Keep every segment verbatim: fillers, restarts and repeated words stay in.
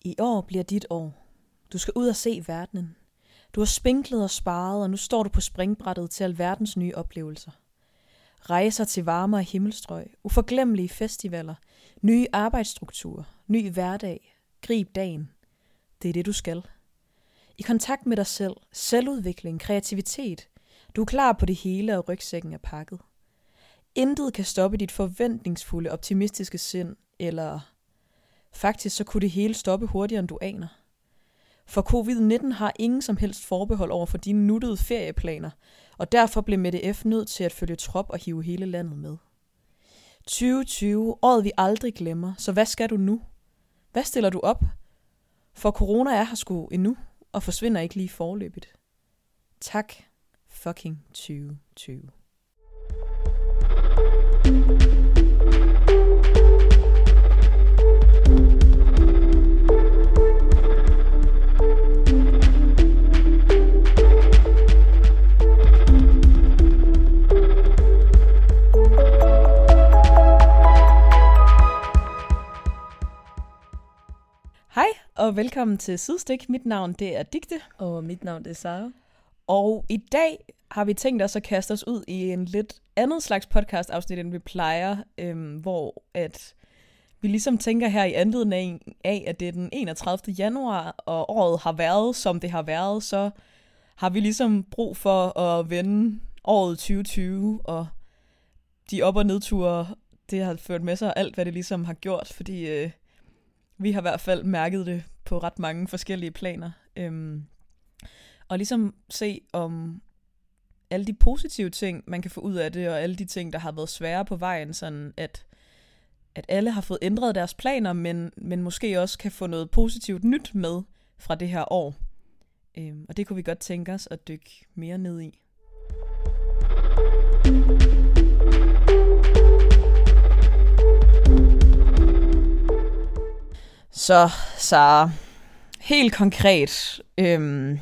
I år bliver dit år. Du skal ud og se verdenen. Du har spinklet og sparet, og nu står du på springbrættet til alverdens nye oplevelser. Rejser til varmere himmelstrøg, uforglemmelige festivaler, nye arbejdsstrukturer, ny hverdag, grib dagen. Det er det, du skal. I kontakt med dig selv, selvudvikling, kreativitet. Du er klar på det hele, og rygsækken er pakket. Intet kan stoppe dit forventningsfulde, optimistiske sind, eller faktisk så kunne det hele stoppe hurtigere, end du aner. For covid nitten har ingen som helst forbehold over for dine nuttede ferieplaner, og derfor blev Mette F. nødt til at følge trop og hive hele landet med. tyve tyve, året vi aldrig glemmer, så hvad skal du nu? Hvad stiller du op? For corona er her sgu endnu, og forsvinder ikke lige forløbigt. Tak, fucking tyve tyve. Hej og velkommen til Sidestik. Mit navn det er Digte. Og mit navn det er Sara. Og i dag har vi tænkt os at kaste os ud i en lidt andet slags podcast afsnit, end vi plejer, øhm, hvor at vi ligesom tænker her i anledning af, at det er den enogtredivte januar, og året har været, som det har været, så har vi ligesom brug for at vende året tyve tyve, og de op- og nedture, det har ført med sig alt, hvad det ligesom har gjort, fordi øh, vi har i hvert fald mærket det på ret mange forskellige planer. Øhm, og ligesom se om alle de positive ting, man kan få ud af det, og alle de ting, der har været svære på vejen, sådan at, at alle har fået ændret deres planer, men, men måske også kan få noget positivt nyt med fra det her år. Øhm, og det kunne vi godt tænke os at dykke mere ned i. Så, så helt konkret, øhm,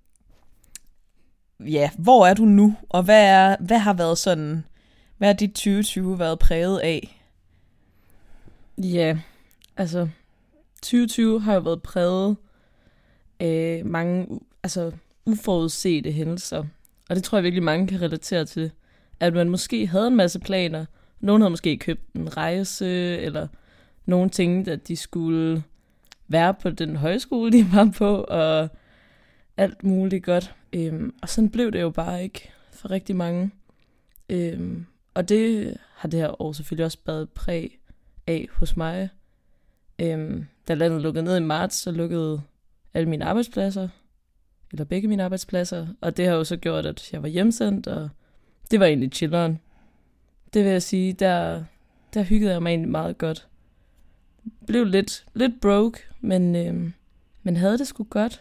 ja, hvor er du nu, og hvad, er, hvad har været sådan, hvad har dit tyve tyve været præget af? Ja, altså tyve tyve har jo været præget af mange altså, uforudsete hændelser, og det tror jeg virkelig mange kan relatere til, at man måske havde en masse planer, nogen havde måske købt en rejse, eller nogle ting, at de skulle være på den højskole, de var på, og alt muligt godt. Øhm, og sådan blev det jo bare ikke for rigtig mange. Øhm, og det har det her år selvfølgelig også været præg af hos mig. Øhm, da landet lukkede ned i marts, så lukkede alle mine arbejdspladser, eller begge mine arbejdspladser, og det har jo så gjort, at jeg var hjemsendt, og det var egentlig chilleren. Det vil jeg sige, der, der hyggede jeg mig egentlig meget godt. Blev lidt, lidt broke, men, øh, men havde det sgu godt.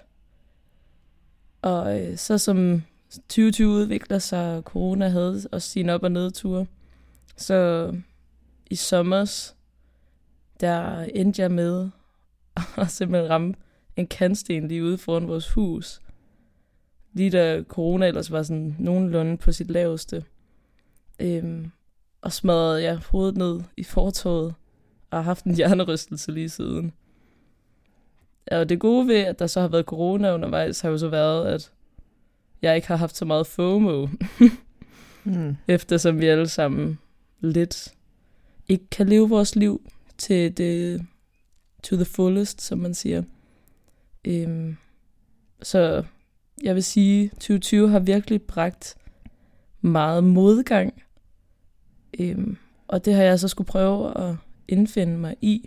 Og øh, så som tyve tyve udvikler sig, corona havde også sine op- og nedture. Så i sommers, der endte jeg med at simpelthen ramme en kantsten lige ude foran vores hus. Lige da corona ellers var sådan nogenlunde på sit laveste. Øhm, og smadrede jeg hovedet ned i fortovet. Og har haft en hjernerystelse lige siden. Og det gode ved, at der så har været corona undervejs, har jo så været, at jeg ikke har haft så meget FOMO. mm. Eftersom vi alle sammen lidt ikke kan leve vores liv til det to the fullest, som man siger. Øhm, så jeg vil sige, at tyve tyve har virkelig bragt meget modgang. Øhm, og det har jeg så skulle prøve at indfinde mig i.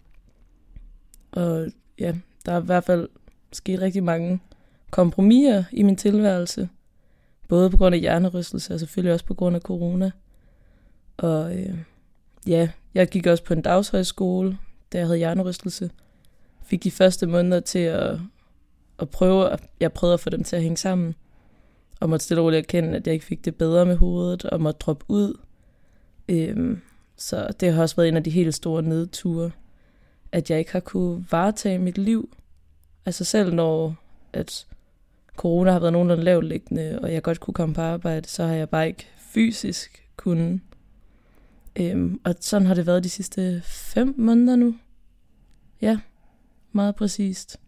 Og ja, der er i hvert fald sket rigtig mange kompromiser i min tilværelse. Både på grund af hjernerystelse, og selvfølgelig også på grund af corona. Og øh, ja, jeg gik også på en dagshøjskole, da jeg havde hjernerystelse. Fik de første måneder til at, at prøve, at jeg prøvede at få dem til at hænge sammen. Og måtte stille og roligt erkende, at jeg ikke fik det bedre med hovedet, og måtte droppe ud. Øh, Så det har også været en af de helt store nedture, at jeg ikke har kunne varetage mit liv. Altså selv når at corona har været nogenlunde lavtliggende, og jeg godt kunne komme på arbejde, så har jeg bare ikke fysisk kunnet. Øhm, og sådan har det været de sidste fem måneder nu. Ja, meget præcist.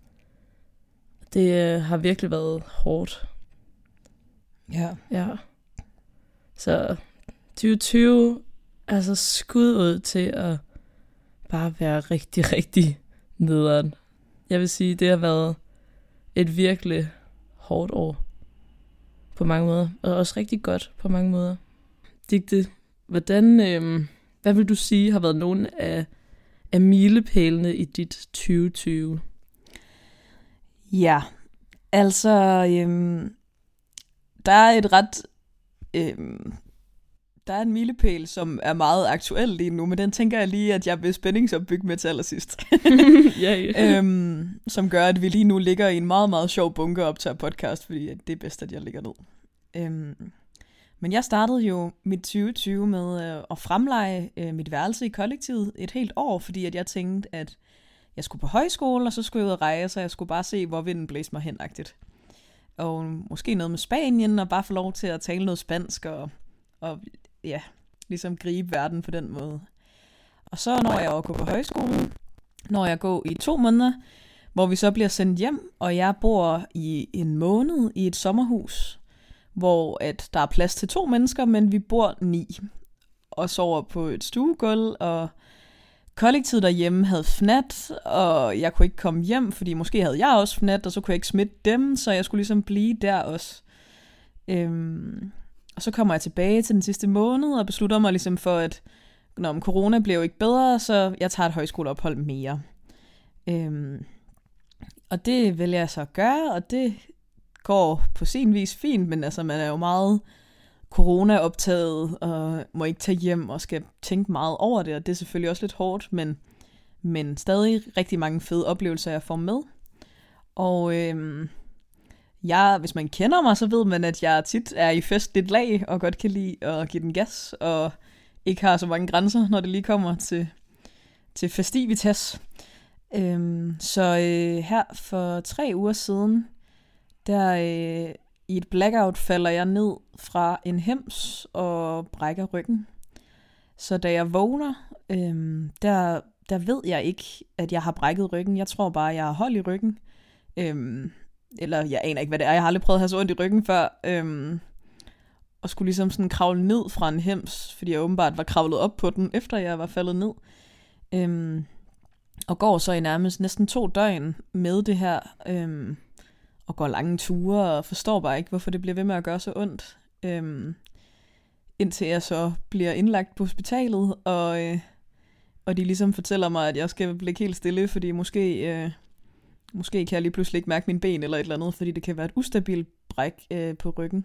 Det øh, har virkelig været hårdt. Ja. Ja. Så tyve tyve, altså skud ud til at bare være rigtig, rigtig nederen. Jeg vil sige, det har været et virkelig hårdt år på mange måder, og også rigtig godt på mange måder. Digte, hvordan, øh, hvad vil du sige har været nogle af, af milepælene i dit tyve tyve? Ja, altså, øhm, der er et ret, øhm, der er en milepæl, som er meget aktuel lige nu, men den tænker jeg lige, at jeg vil spændingsopbygge med til allersidst. yeah. øhm, som gør, at vi lige nu ligger i en meget, meget sjov bunke op til podcast, fordi det er bedst, at jeg ligger ned. Øhm, men jeg startede jo mit tyve tyve med øh, at fremleje øh, mit værelse i kollektivet et helt år, fordi at jeg tænkte, at jeg skulle på højskole, og så skulle jeg ud og rejse, så jeg skulle bare se, hvor vinden blæste mig henagtigt. Og måske noget med Spanien, og bare få lov til at tale noget spansk, og, og ja, ligesom gribe verden på den måde. Og så når jeg går på højskole, når jeg går i to måneder, hvor vi så bliver sendt hjem, og jeg bor i en måned i et sommerhus, hvor at der er plads til to mennesker, men vi bor ni, og sover på et stuegulv, og kollektivet derhjemme havde fnat, og jeg kunne ikke komme hjem, fordi måske havde jeg også fnat, og så kunne jeg ikke smitte dem, så jeg skulle ligesom blive der også. Øhm, og så kommer jeg tilbage til den sidste måned, og beslutter mig ligesom for, at når corona bliver jo ikke bedre, så jeg tager et højskoleophold mere. Øhm, og det vil jeg så gøre, og det går på sin vis fint, men altså man er jo meget corona-optaget, og må ikke tage hjem, og skal tænke meget over det, og det er selvfølgelig også lidt hårdt, men, men stadig rigtig mange fede oplevelser, jeg får med. Og øhm, jeg, hvis man kender mig, så ved man, at jeg tit er i festligt lag, og godt kan lide at give den gas, og ikke har så mange grænser, når det lige kommer til, til festivitas. Øhm, så øh, her for tre uger siden, der øh, i et blackout falder jeg ned fra en hems og brækker ryggen. Så da jeg vågner, øhm, der, der ved jeg ikke, at jeg har brækket ryggen. Jeg tror bare, at jeg har hold i ryggen. Øhm, eller jeg aner ikke, hvad det er. Jeg har aldrig prøvet at have så ondt i ryggen før. Øhm, og skulle ligesom sådan kravle ned fra en hems, fordi jeg åbenbart var kravlet op på den, efter jeg var faldet ned. Øhm, og går så i nærmest næsten to døgn med det her, øhm, og går lange ture, og forstår bare ikke, hvorfor det bliver ved med at gøre så ondt. Øhm, indtil jeg så bliver indlagt på hospitalet, og, øh, og de ligesom fortæller mig, at jeg skal blive helt stille, fordi måske, øh, måske kan jeg lige pludselig ikke mærke mine ben eller et eller andet, fordi det kan være et ustabilt bræk øh, på ryggen.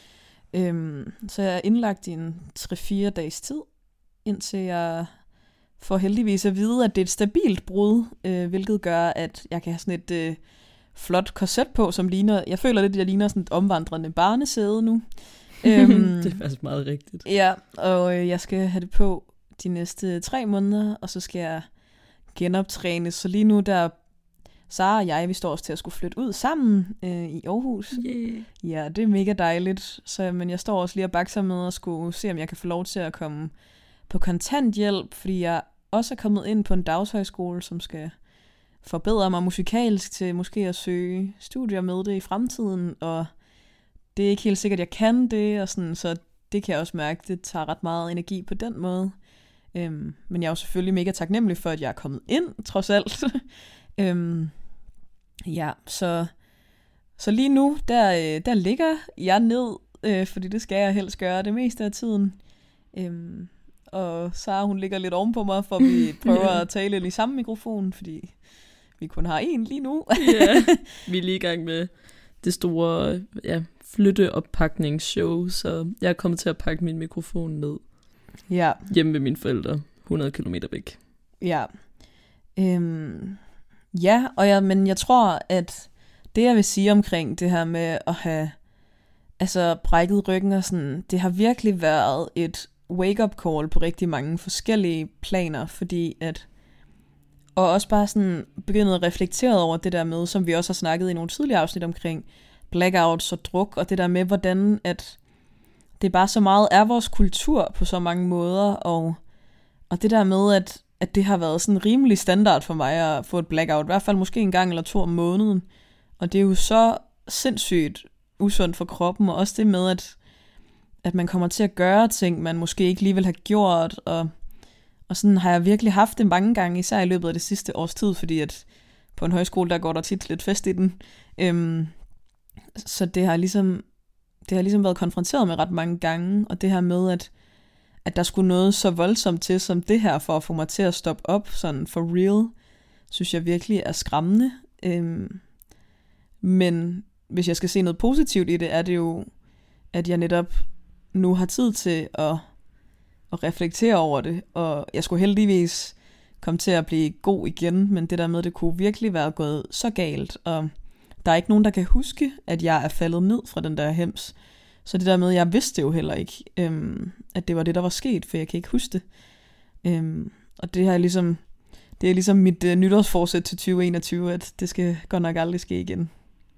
Øhm, så jeg er indlagt i en tre fire dages tid, indtil jeg får heldigvis at vide, at det er et stabilt brud, øh, hvilket gør, at jeg kan have sådan et øh, flot korset på, som ligner, jeg føler lidt, at jeg ligner sådan et omvandrende barnesæde nu. øhm, det er faktisk meget rigtigt. Ja, og øh, jeg skal have det på de næste tre måneder, og så skal jeg genoptræne. Så lige nu, der Sara og jeg, vi står også til at skulle flytte ud sammen øh, i Aarhus. Yeah. Ja, det er mega dejligt. Så, men jeg står også lige og bakser med at skulle se, om jeg kan få lov til at komme på kontanthjælp, fordi jeg også er kommet ind på en dagshøjskole, som skal forbedre mig musikalsk til måske at søge studier med det i fremtiden, og det er ikke helt sikkert, at jeg kan det, og sådan, så det kan jeg også mærke, det tager ret meget energi på den måde. Øhm, men jeg er jo selvfølgelig mega taknemmelig for, at jeg er kommet ind, trods alt. øhm, ja, så, så lige nu, der, der ligger jeg ned, øh, fordi det skal jeg helst gøre det meste af tiden. Øhm, og Sara, hun ligger lidt ovenpå mig, for vi prøver at tale i samme mikrofon, fordi vi kun har en lige nu. Ja, vi er lige i gang med det store ja, flytteoppakningsshow, så jeg er kommet til at pakke min mikrofon ned. Ja. Hjemme ved mine forældre, hundrede kilometer væk. Ja. Øhm, ja, og jeg, men jeg tror, at det jeg vil sige omkring det her med at have altså brækket ryggen og sådan, det har virkelig været et wake-up call på rigtig mange forskellige planer, fordi at og også bare sådan begyndet at reflektere over det der med, som vi også har snakket i nogle tidligere afsnit omkring blackouts og druk, og det der med, hvordan at det bare så meget er vores kultur på så mange måder, og, og det der med, at, at det har været sådan rimelig standard for mig at få et blackout, i hvert fald måske en gang eller to om måneden. Og det er jo så sindssygt usundt for kroppen, og også det med, at, at man kommer til at gøre ting, man måske ikke lige vil have gjort, og, og sådan har jeg virkelig haft det mange gange, især i løbet af det sidste års tid, fordi at på en højskole, der går der tit lidt fest i den. Øhm, så det har ligesom det har ligesom været konfronteret med ret mange gange, og det her med, at, at der skulle noget så voldsomt til som det her, for at få mig til at stoppe op, sådan for real, synes jeg virkelig er skræmmende. Øhm, men hvis jeg skal se noget positivt i det, er det jo, at jeg netop nu har tid til at, at reflektere over det, og jeg skulle heldigvis komme til at blive god igen, men det der med, det kunne virkelig være gået så galt, og der er ikke nogen, der kan huske, at jeg er faldet ned fra den der hems. Så det der med, jeg vidste jo heller ikke, øhm, at det var det, der var sket, for jeg kan ikke huske det. Øhm, og det er ligesom, det er ligesom mit øh, nytårsforsæt til tyve enogtyve, at det skal godt nok aldrig ske igen.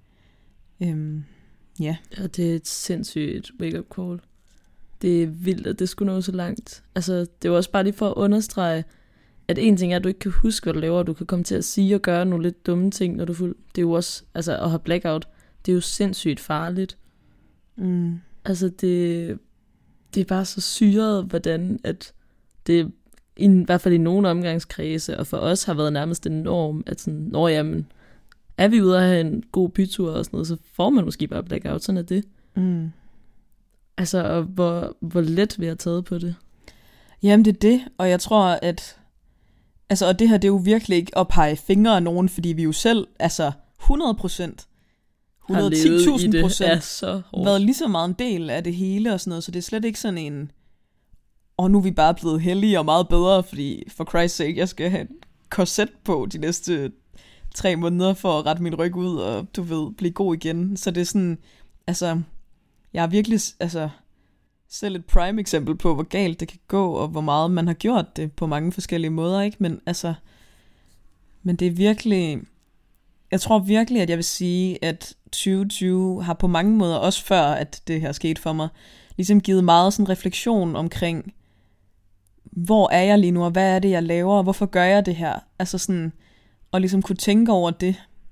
Øhm, ja. Ja, det er et sindssygt wake-up call. Det er vildt, at det skulle nå så langt. Altså, det var også bare lige for at understrege, at en ting er, at du ikke kan huske, hvad du laver, og du kan komme til at sige og gøre nogle lidt dumme ting, når du er fuld. Det er jo også, altså at have blackout, det er jo sindssygt farligt. Mm. Altså det, det er bare så syret, hvordan at det, i, i hvert fald i nogle omgangskredse, og for os har været nærmest en norm, at sådan, når jamen, er vi ude at have en god bytur og sådan noget, så får man måske bare blackout, sådan er det. Mm. Altså, og hvor, hvor let vi har taget på det. Jamen det er det, og jeg tror, at altså, og det her, det er jo virkelig ikke at pege fingre af nogen, fordi vi jo selv, altså hundrede procent, et hundrede og ti tusind procent, været lige så meget en del af det hele og sådan noget, så det er slet ikke sådan en, og nu er vi bare blevet heldige og meget bedre, fordi for Christ's sake, jeg skal have et korset på de næste tre måneder for at rette min ryg ud, og du ved, blive god igen. Så det er sådan, altså, jeg har virkelig, altså, selv et prime eksempel på, hvor galt det kan gå, og hvor meget man har gjort det på mange forskellige måder, ikke? Men altså, men det er virkelig, jeg tror virkelig, at jeg vil sige, at tyve tyve har på mange måder, også før at det her skete for mig, ligesom givet meget sådan refleksion omkring, hvor er jeg lige nu, og hvad er det, jeg laver, og hvorfor gør jeg det her? Altså sådan, og ligesom kunne tænke over det.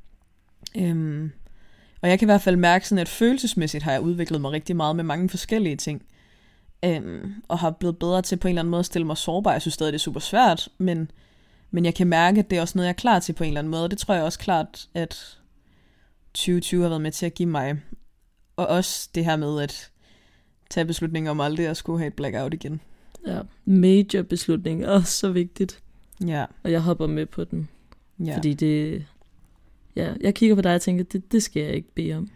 Øhm, og jeg kan i hvert fald mærke sådan, at følelsesmæssigt har jeg udviklet mig rigtig meget med mange forskellige ting. Øhm, og har blevet bedre til på en eller anden måde at stille mig sårbar. Jeg synes stadig, det er super svært, men, men jeg kan mærke, at det er også noget, jeg er klar til på en eller anden måde. Og det tror jeg også klart, at tyve tyve har været med til at give mig. Og også det her med at tage beslutninger om aldrig at skulle have et blackout igen. Ja, major beslutning, også så vigtigt. Ja. Og jeg hopper med på den. Ja. Fordi det, ja, jeg kigger på dig og tænker, det, det skal jeg ikke bede om.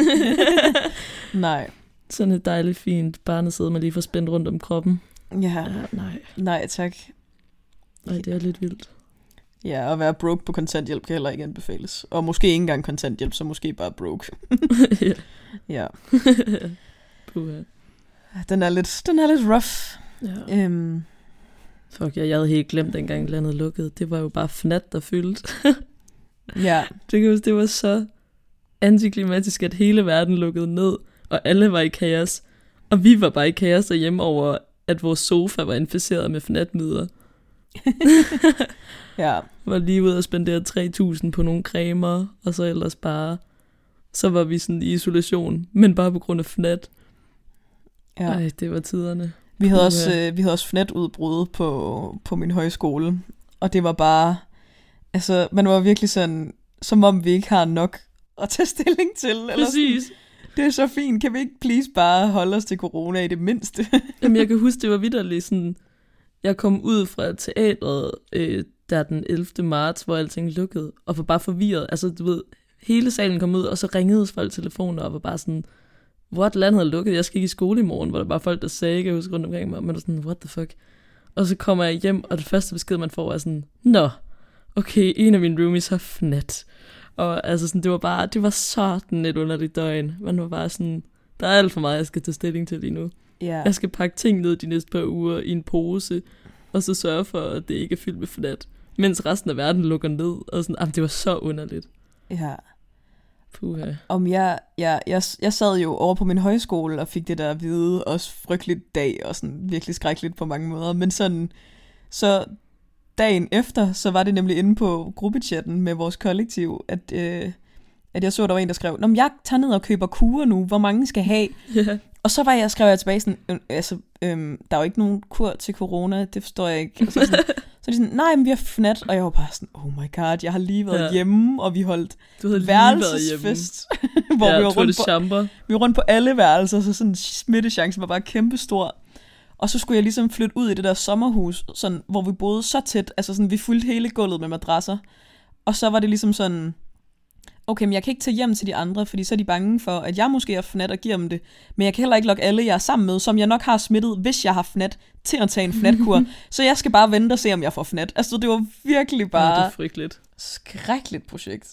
Nej. Sådan et dejligt fint barnesæde, man lige får spændt rundt om kroppen. Ja. Ja, nej. Nej, tak. Nej, det er lidt vildt. Ja, at være broke på kontanthjælp kan heller ikke anbefales. Og måske ikke engang kontanthjælp, så måske bare broke. Ja. Ja. Puha. Den er lidt, den er lidt rough. Ja. Øhm. Fuck, jeg, jeg havde helt glemt, dengang landet lukkede. Det var jo bare fnat, der fyldte. Ja. Det, kan, det var så antiklimatisk, at hele verden lukkede ned, og alle var i kaos. Og vi var bare i kaos derhjemme over, at vores sofa var inficeret med fnatmider. Ja. Var lige ude og spendere tre tusind på nogle cremer, og så ellers bare, så var vi sådan i isolation, men bare på grund af fnat. Ja. Ej, det var tiderne. Vi havde også, øh, vi havde også fnatudbrud på, på min højskole, og det var bare, altså, man var virkelig sådan, som om vi ikke har nok at tage stilling til. Eller Præcis. Sådan. Det er så fint, kan vi ikke please bare holde os til corona i det mindste? Jamen, jeg kan huske, det var vitterligt sådan, jeg kom ud fra teatret, øh, der den ellevte marts, hvor alting lukkede, og var bare forvirret. Altså, du ved, hele salen kom ud, og så ringede folk telefoner, og var bare sådan, what, landet er lukket, jeg skal ikke i skole i morgen, hvor der bare folk, der sagde, jeg kan huske rundt omkring mig, og man var sådan, what the fuck? Og så kommer jeg hjem, og det første besked, man får, er sådan, nå, okay, en af mine roomies har fnat. Og altså sådan, det var bare, det var sådan et underligt døgn. Man var bare sådan, der er alt for meget, jeg skal tage stilling til lige nu. Yeah. Jeg skal pakke ting ned de næste par uger i en pose, og så sørge for, at det ikke er fyldt med fnat, mens resten af verden lukker ned. Og sådan, jamen, det var så underligt. Ja. Puha. Om jeg, jeg, jeg, jeg sad jo over på min højskole og fik det der at vide, også frygteligt dag, og sådan virkelig skrækkeligt på mange måder. Men sådan, så dagen efter, så var det nemlig inde på gruppechatten med vores kollektiv, at, øh, at jeg så, der var en, der skrev, Nå, men jeg tager ned og køber kurer nu, hvor mange skal have? Yeah. Og så var jeg, skrev jeg tilbage sådan, øh, altså, øh, der er jo ikke nogen kur til corona, det forstår jeg ikke. Og så, sådan, så er de sådan, nej, men vi har fnat, og jeg var bare sådan, oh my god, jeg har lige været ja. hjemme, og vi holdt værelsesfest, hvor ja, vi var rundt på, vi var rundt på alle værelser, så sådan smittechancen var bare kæmpestor. Og så skulle jeg ligesom flytte ud i det der sommerhus, sådan, hvor vi boede så tæt, altså sådan, vi fyldte hele gulvet med madrasser. Og så var det ligesom sådan, okay, men jeg kan ikke tage hjem til de andre, fordi så er de bange for, at jeg måske har fnat og giver dem det. Men jeg kan heller ikke lokke alle, jeg er sammen med, som jeg nok har smittet, hvis jeg har fnat, til at tage en fnatkur. Så jeg skal bare vente og se, om jeg får fnat. Altså, det var virkelig bare... Ja, det er frygteligt. Skrækkeligt projekt.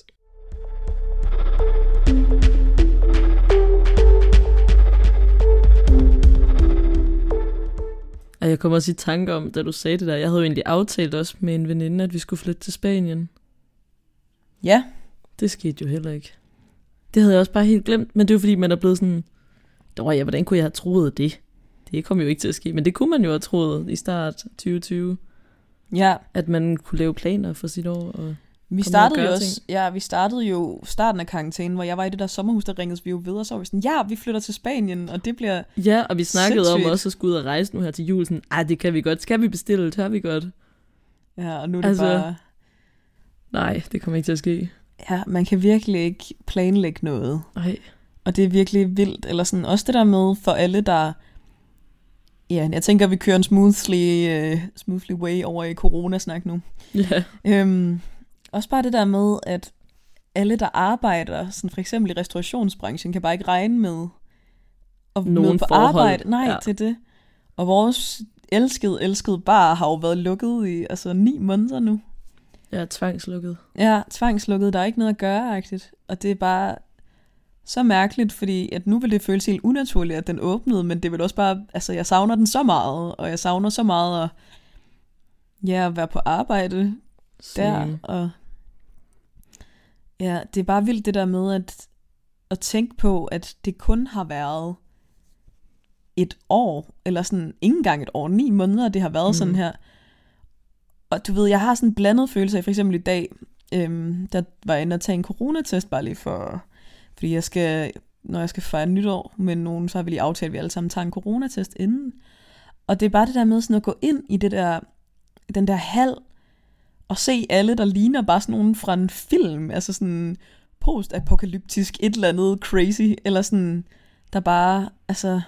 Og jeg kommer også i tanke om, da du sagde det der, jeg havde jo egentlig aftalt også med en veninde, at vi skulle flytte til Spanien. Ja. Det skete jo heller ikke. Det havde jeg også bare helt glemt, men det er jo fordi, man er blevet sådan, dog ja, hvordan kunne jeg have troet det? Det kom jo ikke til at ske, men det kunne man jo have troet i start tyve tyve. Ja. At man kunne lave planer for sit år. Og vi startede jo også, ja, vi startede jo starten af karantænen, hvor jeg var i det der sommerhus, der ringede vi jo videre, så var vi sådan, ja, vi flytter til Spanien, og det bliver ja, og vi snakkede sindssygt. om også at skulle ud og rejse nu her til jul, sådan, ej, det kan vi godt, skal vi bestille, tør vi godt? Ja, og nu er det altså, bare... Nej, det kommer ikke til at ske. Ja, man kan virkelig ikke planlægge noget. Nej. Og det er virkelig vildt, eller sådan, også det der med for alle, der... Ja, jeg tænker, vi kører en smoothly, uh, smoothly way over i coronasnak nu. Ja. Øhm, også bare det der med, at alle, der arbejder, sådan for eksempel i restaurationsbranchen, kan bare ikke regne med at møde på arbejde. Nej, ja. Til det. Og vores elskede, elskede bar har jo været lukket i altså ni måneder nu. Ja, tvangslukket. Ja, tvangslukket. Der er ikke noget at gøre-agtigt. Og det er bare så mærkeligt, fordi at nu vil det føles helt unaturligt, at den åbnede, men det vil også bare, altså jeg savner den så meget, og jeg savner så meget at, ja, at være på arbejde der, mm. og ja, det er bare vildt det der med at, at tænke på, at det kun har været et år, eller sådan ikke engang et år, ni måneder, det har været mm. sådan her. Og du ved, jeg har sådan en blandet følelse af, for eksempel i dag, øhm, der var jeg inde og tage en coronatest, bare lige for, fordi jeg skal, når jeg skal fejre nytår med nogen, så har vi lige aftalt, at vi alle sammen tager en coronatest inden. Og det er bare det der med sådan at gå ind i det der, den der hal, og se alle, der ligner bare sådan nogen fra en film, altså sådan post-apokalyptisk, et eller andet crazy, eller sådan, der bare, altså,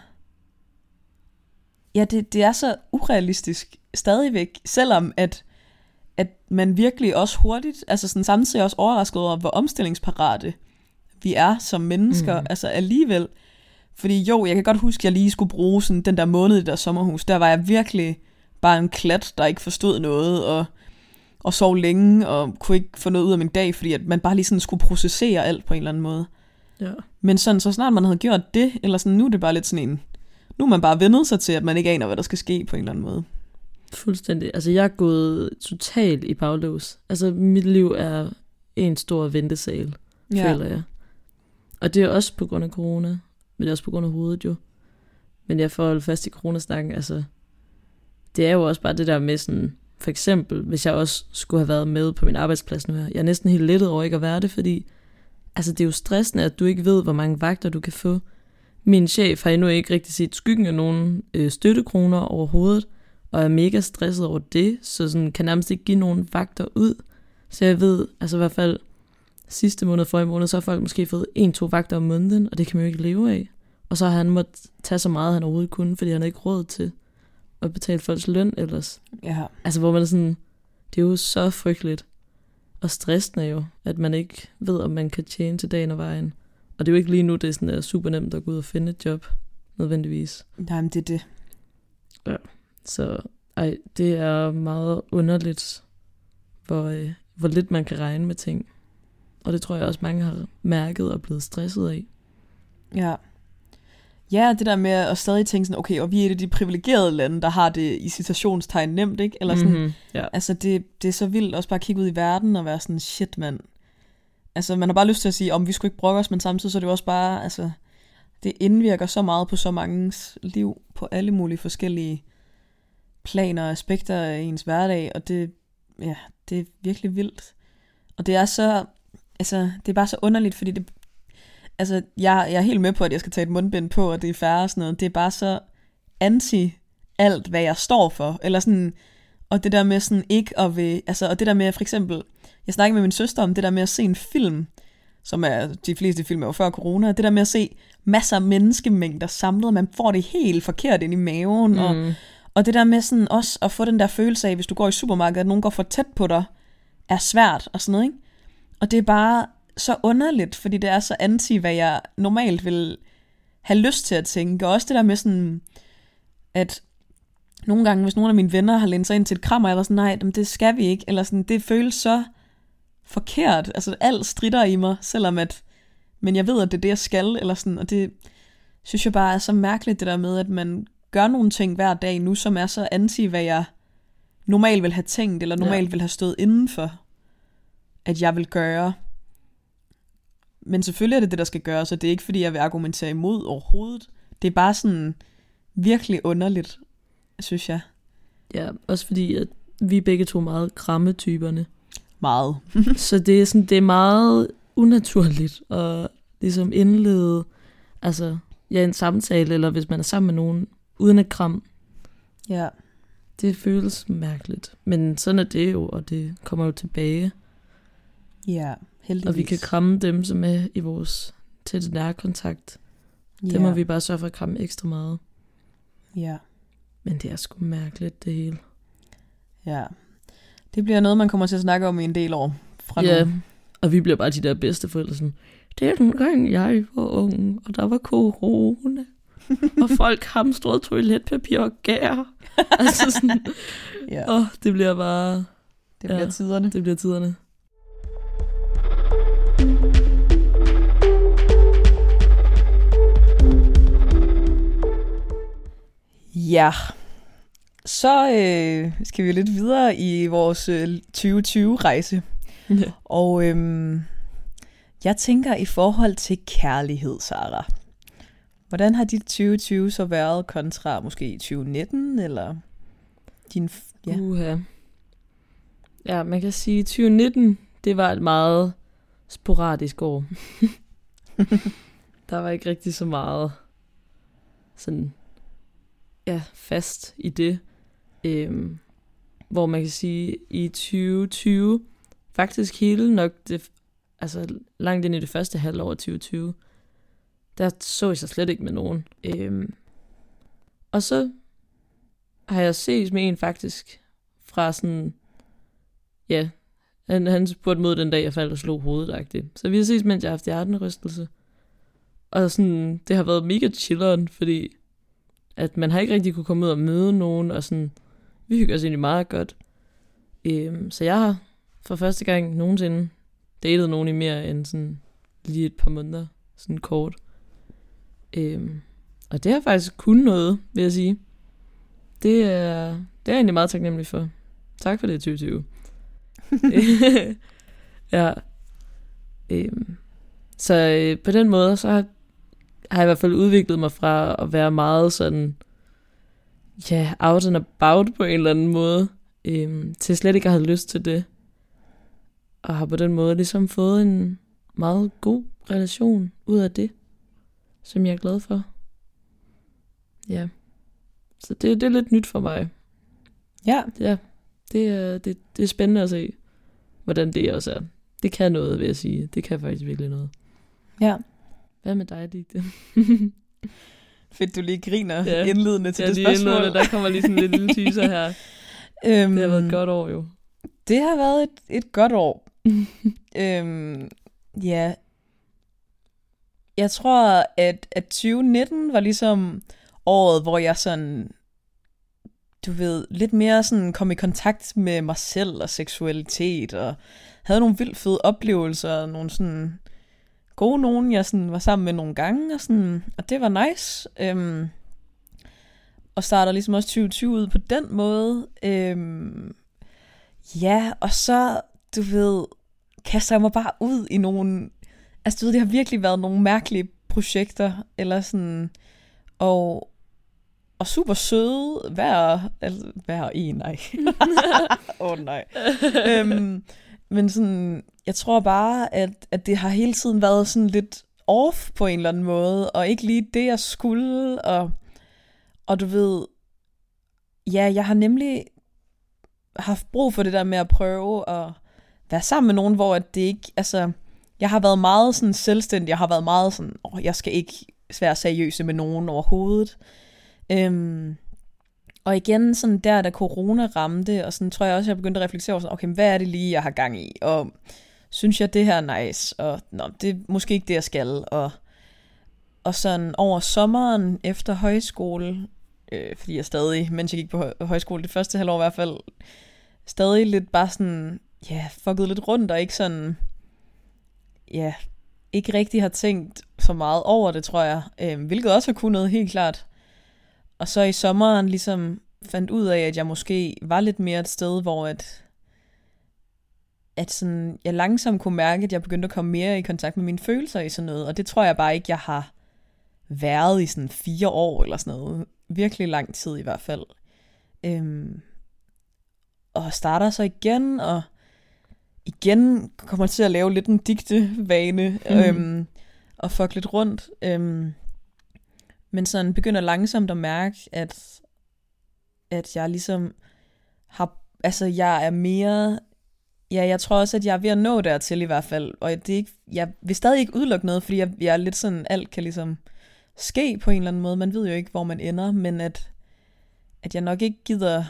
ja, det, det er så urealistisk stadigvæk, selvom at, at man virkelig også hurtigt, altså sådan samtidig også overrasket over, hvor omstillingsparate vi er som mennesker, mm. altså alligevel, fordi jo, jeg kan godt huske, at jeg lige skulle bruge sådan den der måned i der sommerhus, der var jeg virkelig bare en klat, der ikke forstod noget, og og sov længe, og kunne ikke få noget ud af min dag, fordi at man bare lige sådan skulle processere alt på en eller anden måde. Ja. Men sådan, så snart man havde gjort det, eller sådan, nu er det bare lidt sådan en, nu er man bare vendet sig til, at man ikke aner, hvad der skal ske på en eller anden måde. Fuldstændig. Altså, jeg er gået totalt i baglås. Altså, mit liv er en stor ventesal, ja. Føler jeg. Og det er også på grund af corona, men det er også på grund af hovedet jo. Men jeg får holde fast i coronasnakken, altså, det er jo også bare det der med sådan, for eksempel, hvis jeg også skulle have været med på min arbejdsplads nu her. Jeg er næsten helt lettet over ikke at være det, fordi altså, det er jo stressende, at du ikke ved, hvor mange vagter du kan få. Min chef har endnu ikke rigtig set skyggen af nogen øh, støttekroner overhovedet, og er mega stresset over det, så sådan, kan nærmest ikke give nogen vagter ud. Så jeg ved, altså i hvert fald sidste måned, forrige måned, så har folk måske fået en, to vagter om måneden, og det kan man jo ikke leve af. Og så har han måttet tage så meget, han overhovedet kunne, fordi han ikke råd til at betale folks løn ellers. Ja. Altså hvor man er sådan, det er jo så frygteligt og stressende jo, at man ikke ved, om man kan tjene til dagen og vejen. Og det er jo ikke lige nu, det er sådan, er super nemt at gå ud og finde et job, nødvendigvis. Nej, men det er det. Ja, så ej, det er meget underligt, hvor, øh, hvor lidt man kan regne med ting. Og det tror jeg også, mange har mærket og blevet stresset af. Ja. Ja, det der med at stadig tænke sådan, okay, og vi er et af de privilegerede lande, der har det i citationstegn nemt, ikke? Eller sådan, mm-hmm, ja. Altså det, det er så vildt også bare at kigge ud i verden og være sådan, shit mand. Altså man har bare lyst til at sige, om vi skulle ikke brokke os, men samtidig så er det jo også bare, altså det indvirker så meget på så manges liv, på alle mulige forskellige planer og aspekter af ens hverdag, og det, ja, det er virkelig vildt. Og det er så, altså, det er bare så underligt, fordi det, altså, jeg, jeg er helt med på, at jeg skal tage et mundbind på, og det er færre og sådan noget. Det er bare så anti alt, hvad jeg står for. Eller sådan, og det der med sådan ikke at vil, altså, og det der med for eksempel, jeg snakker med min søster om det der med at se en film, som er, de fleste film er jo før corona, det der med at se masser af menneskemængder samlet, og man får det helt forkert ind i maven, mm. og, og det der med sådan også at få den der følelse af, hvis du går i supermarkedet, at nogen går for tæt på dig, er svært og sådan noget, ikke? Og det er bare så underligt, fordi det er så anti, hvad jeg normalt vil have lyst til at tænke, og også det der med sådan, at nogle gange, hvis nogle af mine venner har lænet sig ind til et kram, og jeg var sådan, nej, det skal vi ikke, eller sådan, det føles så forkert, altså alt stritter i mig, selvom at, men jeg ved, at det er det, jeg skal, eller sådan, og det synes jeg bare er så mærkeligt, det der med, at man gør nogle ting hver dag nu, som er så anti, hvad jeg normalt vil have tænkt, eller normalt ja. vil have stået indenfor, at jeg vil gøre. Men selvfølgelig er det det, der skal gøres, og det er ikke, fordi jeg vil argumentere imod overhovedet. Det er bare sådan virkelig underligt, synes jeg. Ja, også fordi, at vi er begge to meget krammetyperne. Meget. Så det er, sådan, det er meget unaturligt at ligesom indlede altså, ja, en samtale, eller hvis man er sammen med nogen, uden et kram. Ja. Det føles mærkeligt. Men sådan er det jo, og det kommer jo tilbage. Ja, heldigvis. Og vi kan kramme dem, som er i vores tætte nærkontakt. Ja. Det må vi bare sørge for at kramme ekstra meget. Ja. Men det er sgu mærkeligt, det hele. Ja. Det bliver noget, man kommer til at snakke om i en del år fra ja, nu. Og vi bliver bare de der bedste forældre sådan, det er den gang, jeg var ung, og der var corona, og folk hamstrede toiletpapir og gær. Altså sådan, ja. Åh, det bliver bare... Det bliver ja, tiderne. Det bliver tiderne. Ja, så øh, skal vi lidt videre i vores øh, tyve tyve-rejse. Ja. Og øh, jeg tænker i forhold til kærlighed, Sara. Hvordan har dit tyve tyve så været kontra måske tyve nitten, eller din... Ja. Uha. Ja, man kan sige, at tyve nitten, det var et meget sporadisk år. Der var ikke rigtig så meget sådan, ja, fast i det. Øhm, hvor man kan sige, i tyve tyve, faktisk hele nok, det, altså langt ind i det første halvår af tyve tyve, der så jeg sig slet ikke med nogen. Øhm, og så har jeg set med en faktisk fra sådan, ja, han, han spurgte mod den dag, jeg faldt og slog hovedet-agtigt. Så vi har set, mens jeg har haft hjernerystelse. Og sådan, det har været mega chilleren, fordi at man har ikke rigtig kunne komme ud og møde nogen, og sådan, vi hygger os egentlig meget godt. Øhm, så jeg har for første gang nogensinde datet nogen i mere end sådan lige et par måneder, sådan kort. Øhm, og det har faktisk kun noget, vil jeg sige. Det er, det er jeg egentlig meget taknemmelig for. Tak for det, tyve tyve. Ja. Øhm, så øh, på den måde, så har, har jeg i hvert fald udviklet mig fra at være meget sådan, ja, out and about på en eller anden måde, øhm, til slet ikke at have lyst til det. Og har på den måde ligesom fået en meget god relation ud af det, som jeg er glad for. Ja. Så det, det er lidt nyt for mig. Ja. Ja, det er, det, det er spændende at se, hvordan det også er. Det kan noget, vil jeg sige. Det kan faktisk virkelig noget. Ja. Hvad med dig, Digte? Fedt, du lige griner ja. indledende til ja, det de spørgsmål. Indledende, der kommer lige sådan en lille teaser her. øhm, det har været et godt år, jo. Det har været et, et godt år. øhm, ja. Jeg tror, at, at tyve nitten var ligesom året, hvor jeg sådan, du ved, lidt mere sådan kom i kontakt med mig selv og seksualitet, og havde nogle vildt fede oplevelser, nogle sådan gode nogen, jeg sådan var sammen med nogle gange, og, sådan, og det var nice. Øhm, og starter ligesom også tyve tyve ud på den måde. Øhm, ja, og så, du ved, kaster jeg mig bare ud i nogle, altså du ved, det har virkelig været nogle mærkelige projekter, eller sådan, og og super søde, hver, altså, hver en, nej. Åh oh, nej. øhm, men sådan, jeg tror bare, at, at det har hele tiden været sådan lidt off på en eller anden måde, og ikke lige det, jeg skulle, og, og du ved, ja, jeg har nemlig haft brug for det der med at prøve at være sammen med nogen, hvor det ikke, altså, jeg har været meget sådan selvstændig, jeg har været meget sådan, åh, jeg skal ikke være seriøse med nogen overhovedet. Øhm, og igen, sådan der, da corona ramte, og sådan tror jeg også, jeg begyndte at reflektere over, sådan, okay, hvad er det lige, jeg har gang i, og synes jeg, det her er nice, og nå, det er måske ikke det, jeg skal, og, og sådan over sommeren efter højskole, øh, fordi jeg stadig, mens jeg gik på høj, højskole, det første halvår i hvert fald, stadig lidt bare sådan, ja, yeah, fucket lidt rundt, og ikke sådan, ja, yeah, ikke rigtig har tænkt så meget over det, tror jeg, øh, hvilket også har kunnet noget helt klart. Og så i sommeren ligesom fandt ud af, at jeg måske var lidt mere et sted, hvor at, at sådan, jeg langsomt kunne mærke, at jeg begyndte at komme mere i kontakt med mine følelser i sådan noget. Og det tror jeg bare ikke, jeg har været i sådan fire år eller sådan noget. Virkelig lang tid i hvert fald. Øhm, og starter så igen, og igen kommer til at lave lidt en digtevane, mm. øhm, og fuck lidt rundt. Øhm, men sådan begynder langsomt at mærke, at, at jeg ligesom har, altså jeg er mere, ja, jeg tror også, at jeg er ved at nå dertil i hvert fald, og det er ikke, jeg vil stadig ikke udelukke noget, fordi jeg, jeg er lidt sådan, alt kan ligesom ske på en eller anden måde, man ved jo ikke, hvor man ender, men at, at jeg nok ikke gider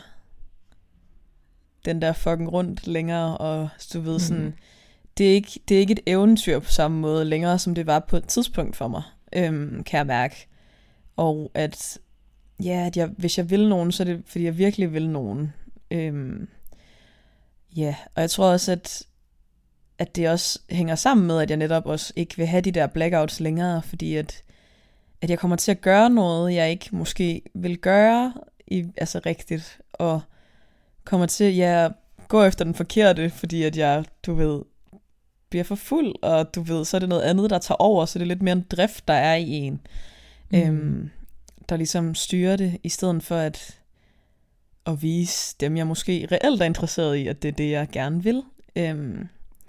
den der fucking rundt længere, og du ved sådan, mm. det, er ikke, det er ikke et eventyr på samme måde længere, som det var på et tidspunkt for mig, øhm, kan jeg mærke. Og at, ja, at jeg, hvis jeg vil nogen, så er det, fordi jeg virkelig vil nogen. Øhm, ja, og jeg tror også, at, at det også hænger sammen med, at jeg netop også ikke vil have de der blackouts længere, fordi at, at jeg kommer til at gøre noget, jeg ikke måske vil gøre, i, altså rigtigt, og kommer til, ja, gå efter den forkerte, fordi at jeg, du ved, bliver for fuld, og du ved, så er det noget andet, der tager over, så det er lidt mere en drift, der er i en, mm. øhm, der ligesom styrer det, i stedet for at, at vise dem, jeg måske reelt er interesseret i, at det er det, jeg gerne vil. Øhm,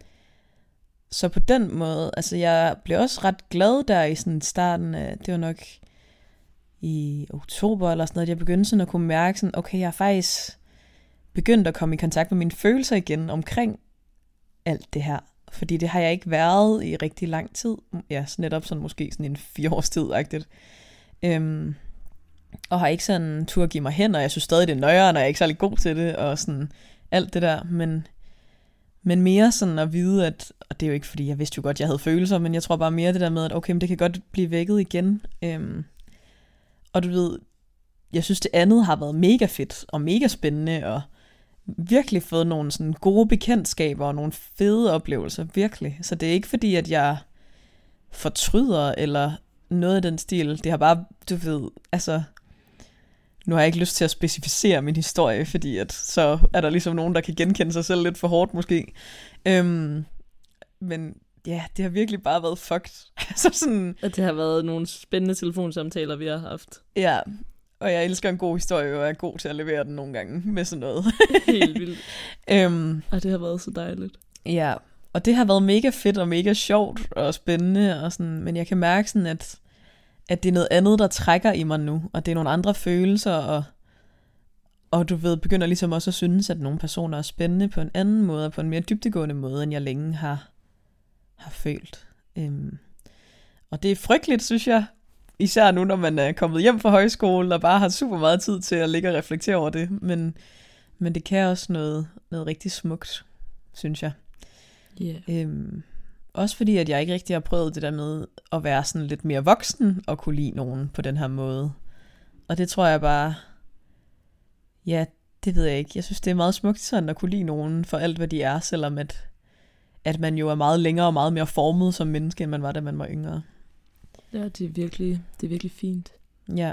så på den måde, altså jeg blev også ret glad der i sådan starten af, det var nok i oktober eller sådan noget, at jeg begyndte sådan at kunne mærke sådan, okay, jeg er faktisk begyndt at komme i kontakt med mine følelser igen omkring alt det her. Fordi det har jeg ikke været i rigtig lang tid. Ja, netop sådan måske sådan en fire års tid-agtigt. Øhm, og har ikke sådan tur at give mig hen, og jeg synes stadig, det er nøjere, når jeg er ikke særlig god til det, og sådan alt det der. Men, men mere sådan at vide, at, og det er jo ikke fordi, jeg vidste jo godt, jeg havde følelser, men jeg tror bare mere det der med, at okay, men det kan godt blive vækket igen. Øhm, og du ved, jeg synes det andet har været mega fedt, og mega spændende, og virkelig fået nogle sådan gode bekendtskaber og nogle fede oplevelser, virkelig. Så det er ikke fordi, at jeg fortryder eller noget af den stil. Det har bare, du ved, altså, nu har jeg ikke lyst til at specificere min historie, fordi at så er der ligesom nogen, der kan genkende sig selv lidt for hårdt måske. Øhm, men ja, det har virkelig bare været fucked. altså sådan, at det har været nogle spændende telefonsamtaler, vi har haft. Ja, og jeg elsker en god historie, og jeg er god til at levere den nogle gange med sådan noget. Helt vildt. øhm, og det har været så dejligt. Ja, og det har været mega fedt og mega sjovt og spændende, og sådan, men jeg kan mærke sådan, at, at det er noget andet, der trækker i mig nu, og det er nogle andre følelser, og, og du ved, begynder ligesom også at synes, at nogle personer er spændende på en anden måde, og på en mere dybdegående måde, end jeg længe har, har følt. Øhm, og det er frygteligt, synes jeg, især nu, når man er kommet hjem fra højskole, og bare har super meget tid til at ligge og reflektere over det, men, men det kan også noget, noget rigtig smukt, synes jeg. Yeah. Øhm, også fordi, at jeg ikke rigtig har prøvet det der med at være sådan lidt mere voksen og kunne lide nogen på den her måde. Og det tror jeg bare, ja, det ved jeg ikke. Jeg synes, det er meget smukt sådan at kunne lide nogen for alt, hvad de er, selvom at, at man jo er meget længere og meget mere formet som menneske, end man var, da man var yngre. Ja, det er virkelig, det er virkelig fint. Ja.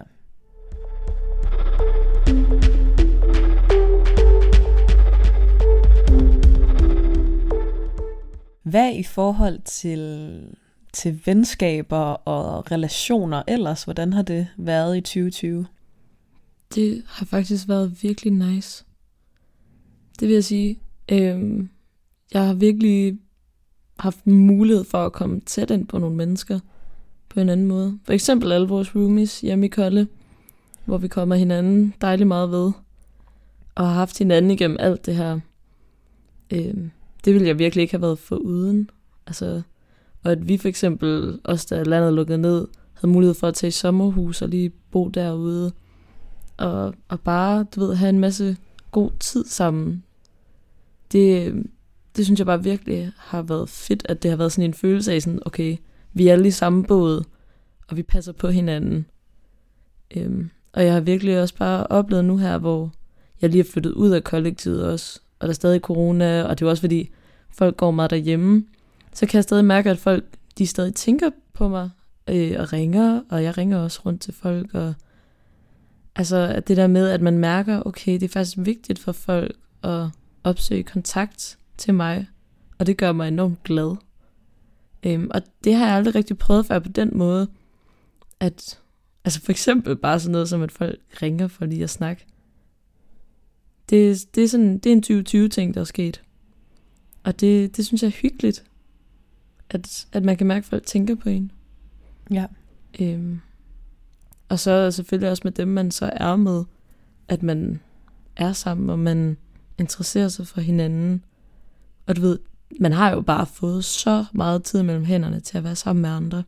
Hvad i forhold til, til venskaber og relationer ellers, hvordan har det været i tyve tyve? Det har faktisk været virkelig nice. Det vil jeg sige. Øhm, jeg har virkelig haft mulighed for at komme tæt ind på nogle mennesker på en anden måde. For eksempel alle vores roomies hjemme i Kolle, hvor vi kommer hinanden dejligt meget ved, og har haft hinanden igennem alt det her. Øhm, det ville jeg virkelig ikke have været foruden. Altså, og at vi for eksempel, også da landet lukkede ned, havde mulighed for at tage i sommerhus og lige bo derude. Og, og bare, du ved, have en masse god tid sammen. Det, det synes jeg bare virkelig har været fedt, at det har været sådan en følelse af sådan, okay, vi er alle i samme båd, og vi passer på hinanden. Øhm, og jeg har virkelig også bare oplevet nu her, hvor jeg lige er flyttet ud af kollektivet også, og der er stadig corona, og det er også fordi, folk går meget derhjemme, så kan jeg stadig mærke, at folk, de stadig tænker på mig, øh, og ringer, og jeg ringer også rundt til folk, og altså at det der med, at man mærker, okay, det er faktisk vigtigt for folk at opsøge kontakt til mig, og det gør mig enormt glad. Øhm, og det har jeg aldrig rigtig prøvet før på den måde, at altså for eksempel bare sådan noget som, at folk ringer for lige at snakke. Det, det, er, sådan, det er en tyve tyve ting, der er sket. Og det, det synes jeg er hyggeligt, at, at man kan mærke, at folk tænker på en. Ja. Øhm, og så selvfølgelig også med dem, man så er med, at man er sammen, og man interesserer sig for hinanden. Og du ved, man har jo bare fået så meget tid mellem hænderne til at være sammen med andre.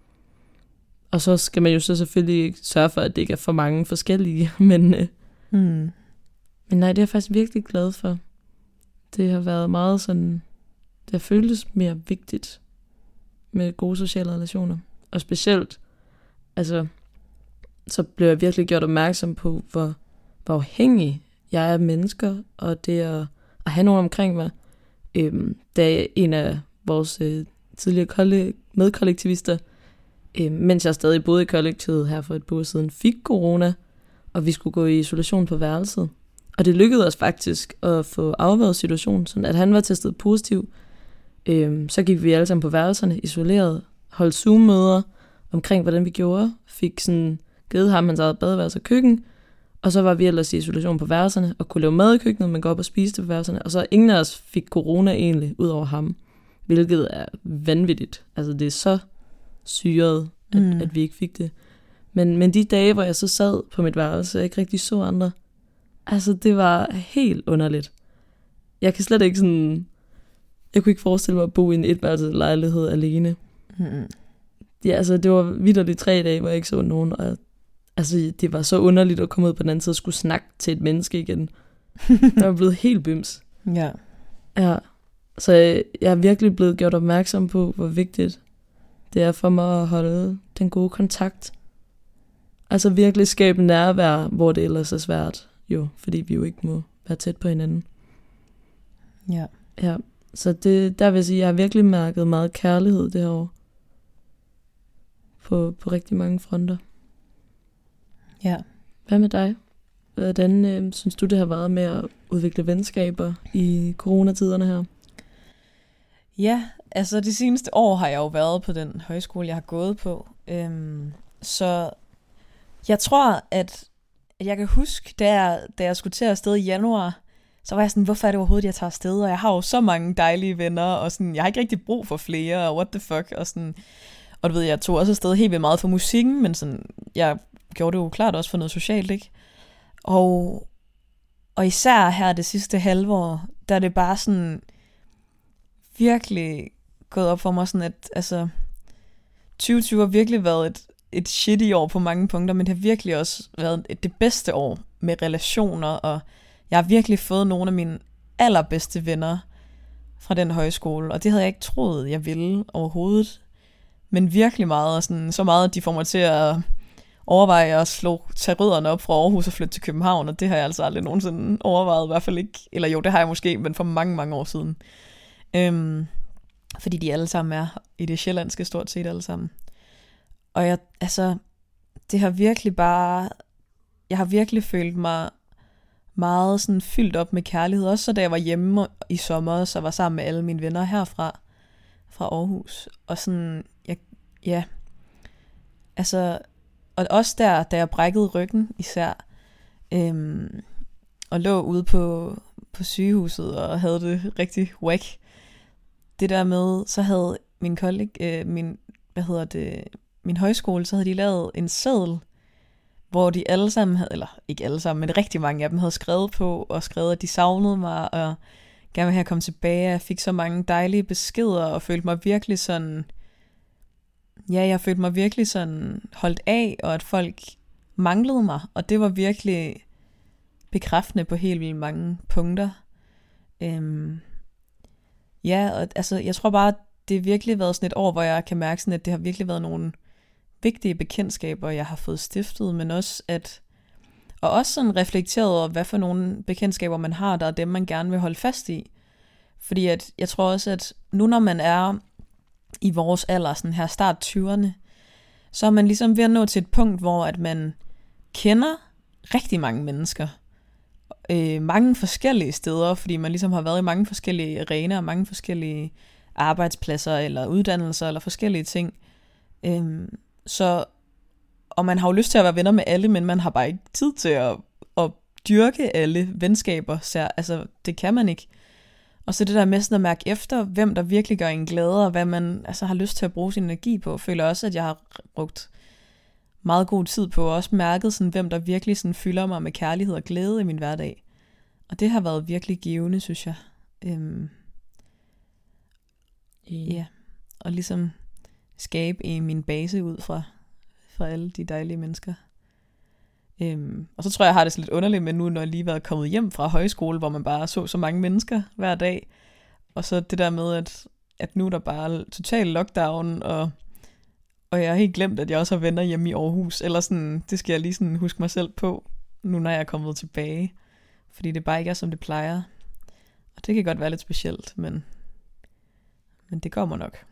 Og så skal man jo så selvfølgelig sørge for, at det ikke er for mange forskellige. Men, øh, Mm. men nej, det er jeg faktisk virkelig glad for. Det har været meget sådan, det har føltes mere vigtigt med gode sociale relationer. Og specielt, altså, så blev jeg virkelig gjort opmærksom på, hvor, hvor afhængig jeg er af mennesker, og det at, at have nogen omkring mig. Øhm, da en af vores øh, tidligere kolle- medkollektivister, øh, mens jeg stadig boede i kollektivet her for et par uger siden, fik corona, og vi skulle gå i isolation på værelset. Og det lykkedes os faktisk at få afværget situationen, sådan at han var testet positiv. Øhm, så gik vi alle sammen på værelserne, isoleret, holdt Zoom-møder omkring, hvordan vi gjorde, fik sådan givet ham hans eget badeværelse og køkken, og så var vi ellers i isolation på værelserne, og kunne lave mad i køkkenet, men gå op og spise det på værelserne, og så ingen af os fik corona egentlig, ud over ham, hvilket er vanvittigt. Altså det er så syret, at, mm. at vi ikke fik det. Men, men de dage, hvor jeg så sad på mit værelse, og ikke rigtig så andre, altså det var helt underligt. Jeg kan slet ikke sådan, jeg kunne ikke forestille mig at bo i en etværelses lejlighed alene. Mm. Ja, altså det var vitterligt tre dage, hvor jeg ikke så nogen, og altså det var så underligt at komme ud på den anden side og skulle snakke til et menneske igen. Jeg var blevet helt bims. Ja. Ja, så jeg, jeg er virkelig blevet gjort opmærksom på, hvor vigtigt det er for mig at holde den gode kontakt. Altså virkelig skabe nærvær, hvor det ellers er svært, jo, fordi vi jo ikke må være tæt på hinanden. Ja. Ja, så det, der vil jeg sige, at jeg har virkelig mærket meget kærlighed det her år. På, på rigtig mange fronter. Ja. Hvad med dig? Hvordan øh, synes du, det har været med at udvikle venskaber i coronatiderne her? Ja, altså de seneste år har jeg jo været på den højskole, jeg har gået på. Øhm, så jeg tror, at jeg kan huske, da jeg, da jeg skulle til afsted i januar, så var jeg sådan, hvorfor er det overhovedet, jeg tager afsted? Og jeg har jo så mange dejlige venner, og sådan, jeg har ikke rigtig brug for flere, og what the fuck, og sådan. Og du ved, jeg tog også afsted helt vildt meget for musikken, men sådan, jeg gjorde det jo klart også for noget socialt, ikke? Og, og især her det sidste halve år, der er det bare sådan virkelig gået op for mig, sådan at altså, tyve tyve har virkelig været et, et shitty år på mange punkter, men det har virkelig også været et, det bedste år med relationer, og jeg har virkelig fået nogle af mine allerbedste venner fra den højskole, og det havde jeg ikke troet, jeg ville overhovedet. Men virkelig meget, og sådan, så meget, at de får mig til at overveje at slå, tage rødderne op fra Aarhus og flytte til København, og det har jeg altså aldrig nogensinde overvejet, i hvert fald ikke. Eller jo, det har jeg måske, men for mange, mange år siden. Øhm, fordi de alle sammen er i det sjællandske stort set alle sammen. Og jeg, altså, det har virkelig bare, jeg har virkelig følt mig meget sådan fyldt op med kærlighed. Også så da jeg var hjemme i sommer, så var sammen med alle mine venner herfra, fra Aarhus. Og sådan, jeg, ja, altså, og også der, da jeg brækkede ryggen især, øhm, og lå ude på, på sygehuset og havde det rigtig whack. Det der med, så havde min kollega, øh, min, hvad hedder det, min højskole, så havde de lavet en seddel, hvor de alle sammen havde, eller ikke alle sammen, men rigtig mange af dem havde skrevet på, og skrevet, at de savnede mig, og gerne ville have kommet tilbage. Jeg fik så mange dejlige beskeder, og følte mig virkelig sådan, ja, jeg følte mig virkelig sådan holdt af, og at folk manglede mig, og det var virkelig bekræftende på helt vildt mange punkter. Øhm, ja, og altså, jeg tror bare, det har virkelig været sådan et år, hvor jeg kan mærke sådan, at det har virkelig været nogle vigtige bekendtskaber, jeg har fået stiftet, men også at, og også sådan reflekteret over, hvad for nogle bekendtskaber man har, der er dem, man gerne vil holde fast i. Fordi at, jeg tror også, at nu når man er i vores alder, sådan her start tyverne, så er man ligesom ved at nå til et punkt, hvor at man kender rigtig mange mennesker. Øh, mange forskellige steder, fordi man ligesom har været i mange forskellige arenaer, mange forskellige arbejdspladser, eller uddannelser, eller forskellige ting. Øh, så, og man har jo lyst til at være venner med alle, men man har bare ikke tid til at, at dyrke alle venskaber. Så, altså, det kan man ikke. Og så det der med sådan at mærke efter, hvem der virkelig gør en glad, og hvad man altså, har lyst til at bruge sin energi på. Jeg føler også, at jeg har brugt meget god tid på, og også mærket, sådan, hvem der virkelig sådan, fylder mig med kærlighed og glæde i min hverdag. Og det har været virkelig givende, synes jeg. Øhm, yeah. Ja, og ligesom skabe i min base ud fra, fra alle de dejlige mennesker. Øhm, og så tror jeg, jeg har det så lidt underligt med nu, når jeg lige været kommet hjem fra højskole, hvor man bare så så mange mennesker hver dag. Og så det der med, at, at nu er der bare total lockdown, og, og jeg har helt glemt, at jeg også har venner hjemme i Aarhus. Eller sådan, det skal jeg lige sådan huske mig selv på, nu når jeg er kommet tilbage. Fordi det bare ikke er, som det plejer. Og det kan godt være lidt specielt, men, men det kommer nok.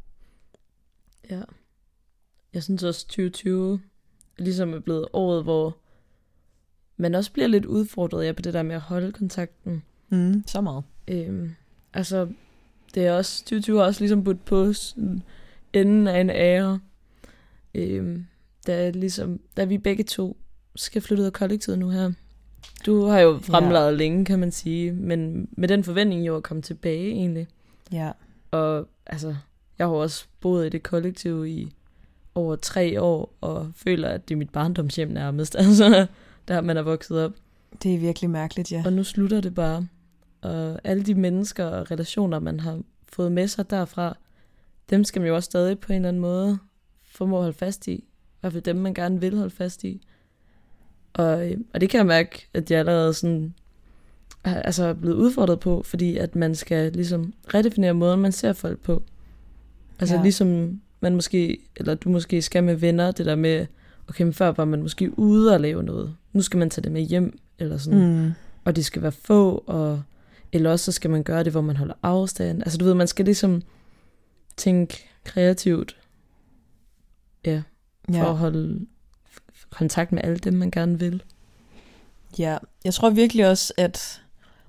Ja. Jeg synes også, tyve tyve ligesom er blevet året, hvor man også bliver lidt udfordret ja, på det der med at holde kontakten. Mm, så meget. Øhm, altså, det er også, tyve tyve har også ligesom budt på sådan, enden af en ære. Øhm, da, ligesom, da vi begge to skal flytte ud af kollektivet nu her. Du har jo fremlejet ja. længe, kan man sige, men med den forventning jo at komme tilbage egentlig. Ja. Og altså, jeg har også boet i det kollektiv i over tre år, og føler, at det er mit barndomshjem nærmest, altså, der man er vokset op. Det er virkelig mærkeligt, ja. Og nu slutter det bare. Og alle de mennesker og relationer, man har fået med sig derfra, dem skal man jo også stadig på en eller anden måde formå at holde fast i. I hvert fald dem, man gerne vil holde fast i. Og, og det kan jeg mærke, at jeg allerede sådan, altså er blevet udfordret på, fordi at man skal ligesom redefinere måden, man ser folk på. Altså ja. Ligesom man måske, eller du måske skal med venner, det der med, okay, men før var man måske ude og lave noget. Nu skal man tage det med hjem, eller sådan. Mm. Og det skal være få, og eller også så skal man gøre det, hvor man holder afstand. Altså du ved, man skal ligesom tænke kreativt, ja, for ja. at holde kontakt med alle dem, man gerne vil. Ja, jeg tror virkelig også, at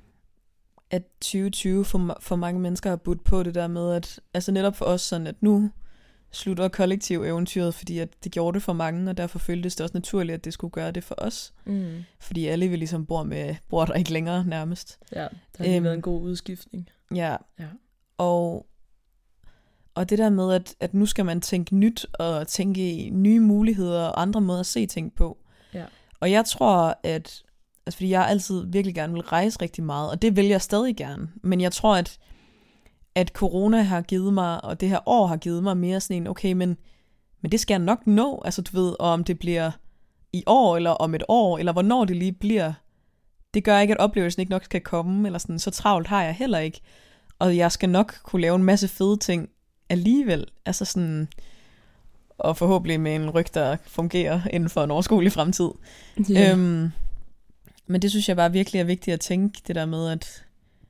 at tyve tyve for, for mange mennesker har budt på det der med, at altså netop for os sådan, at nu slutter kollektiv eventyret, fordi at det gjorde det for mange, og derfor føltes det også naturligt, at det skulle gøre det for os. Mm. Fordi alle vi ligesom bor med, bor der ikke længere nærmest. Ja, der har lige æm, været en god udskiftning. Ja, ja. Og, og det der med, at, at nu skal man tænke nyt, og tænke i nye muligheder, og andre måder at se ting på. Ja. Og jeg tror, at altså fordi jeg altid virkelig gerne vil rejse rigtig meget, og det vil jeg stadig gerne. Men jeg tror, at, at corona har givet mig, og det her år har givet mig mere sådan en, okay, men, men det skal jeg nok nå. Altså du ved, og om det bliver i år, eller om et år, eller hvornår det lige bliver, det gør ikke, at oplevelsen ikke nok skal komme, eller sådan, så travlt har jeg heller ikke. Og jeg skal nok kunne lave en masse fede ting alligevel. Altså sådan, og forhåbentlig med en ryg, der fungerer inden for en overskuelig fremtid. Yeah. Øhm, Men det synes jeg bare virkelig er vigtigt at tænke, det der med, at,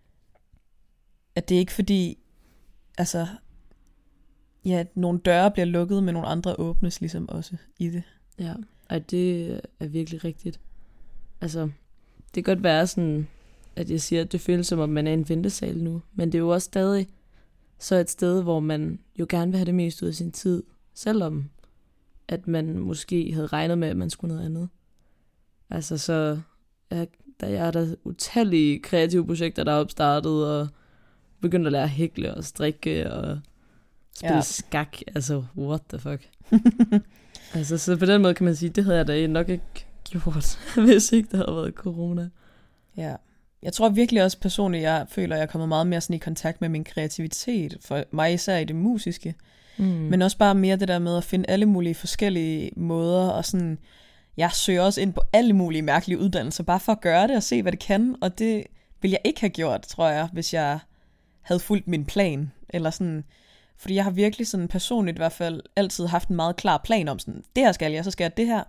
at det er ikke fordi, altså, ja, at nogle døre bliver lukket, men nogle andre åbnes ligesom også i det. Ja, og det er virkelig rigtigt. Altså, det kan godt være sådan, at jeg siger, at det føles som om, man er i en ventesal nu, men det er jo også stadig så et sted, hvor man jo gerne vil have det mest ud af sin tid, selvom at man måske havde regnet med, at man skulle noget andet. Altså, så jeg, der er der utallige kreative projekter, der er opstartet, og begyndt at lære at hækle og strikke og spille Ja. skak. Altså, what the fuck. altså, så på den måde kan man sige, det havde jeg da nok ikke gjort, hvis ikke der havde været corona. Ja. Jeg tror virkelig også personligt, jeg føler, at jeg er kommet meget mere sådan i kontakt med min kreativitet, for mig især i det musiske, Mm. men også bare mere det der med at finde alle mulige forskellige måder, og sådan, jeg søger også ind på alle mulige mærkelige uddannelser, bare for at gøre det og se, hvad det kan, og det ville jeg ikke have gjort, tror jeg, hvis jeg havde fulgt min plan, eller sådan, fordi jeg har virkelig sådan personligt i hvert fald altid haft en meget klar plan om sådan, det her skal jeg, så skal jeg det her,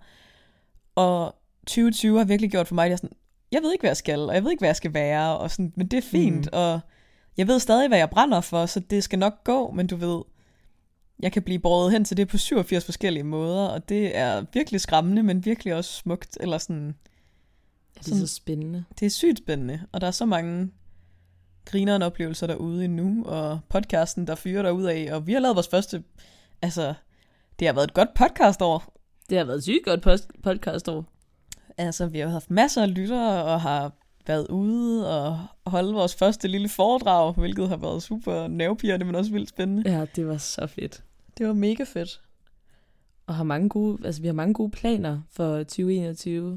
og tyve tyve har virkelig gjort for mig, at jeg sådan, jeg ved ikke, hvad jeg skal, og jeg ved ikke, hvad jeg skal være, og sådan, men det er fint, mm. og jeg ved stadig, hvad jeg brænder for, så det skal nok gå, men du ved, jeg kan blive båret hen til det på syvogfirs forskellige måder, og det er virkelig skræmmende, men virkelig også smukt, eller sådan. Ja, det er så spændende. Det er sygt spændende, og der er så mange grinerende oplevelser derude endnu, og podcasten, der fyrer derud af, og vi har lavet vores første, altså, det har været et godt podcastår. Det har været et sygt godt post- podcastår. Altså, vi har haft masser af lyttere, og har været ude og holde vores første lille foredrag, hvilket har været super nervepirrende, men også vildt spændende. Ja, det var så fedt. Det var mega fedt. Og har mange gode, altså vi har mange gode planer for tyve enogtyve.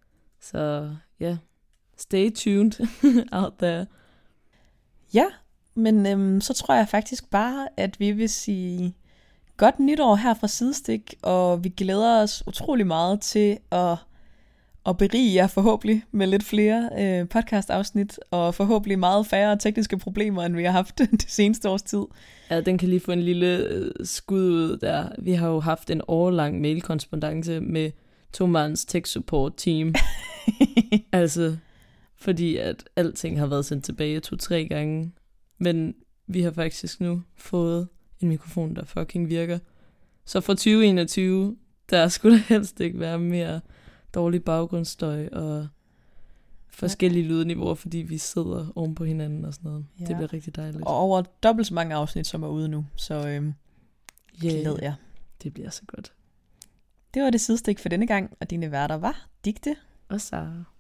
Så ja, yeah. Stay tuned out there. Ja, men øhm, så tror jeg faktisk bare, at vi vil sige godt nytår her fra Sidestik, og vi glæder os utrolig meget til at og berige jer forhåbentlig med lidt flere øh, podcast-afsnit, og forhåbentlig meget færre tekniske problemer, end vi har haft det seneste års tid. Ja, den kan lige få en lille øh, skud ud der. Vi har jo haft en årlang mailkorrespondance med Tomands tech support team. altså, fordi at alting har været sendt tilbage to-tre gange. Men vi har faktisk nu fået en mikrofon, der fucking virker. Så for tyve enogtyve, der skulle der helst ikke være mere dårlig baggrundsstøj og forskellige lydniveauer, fordi vi sidder oven på hinanden og sådan noget. Ja. Det bliver rigtig dejligt. Og over dobbelt så mange afsnit, som er ude nu, så øhm, yeah. glæder jeg. Det bliver så godt. Det var det Sidestik for denne gang, og dine værter var Digte og Sara.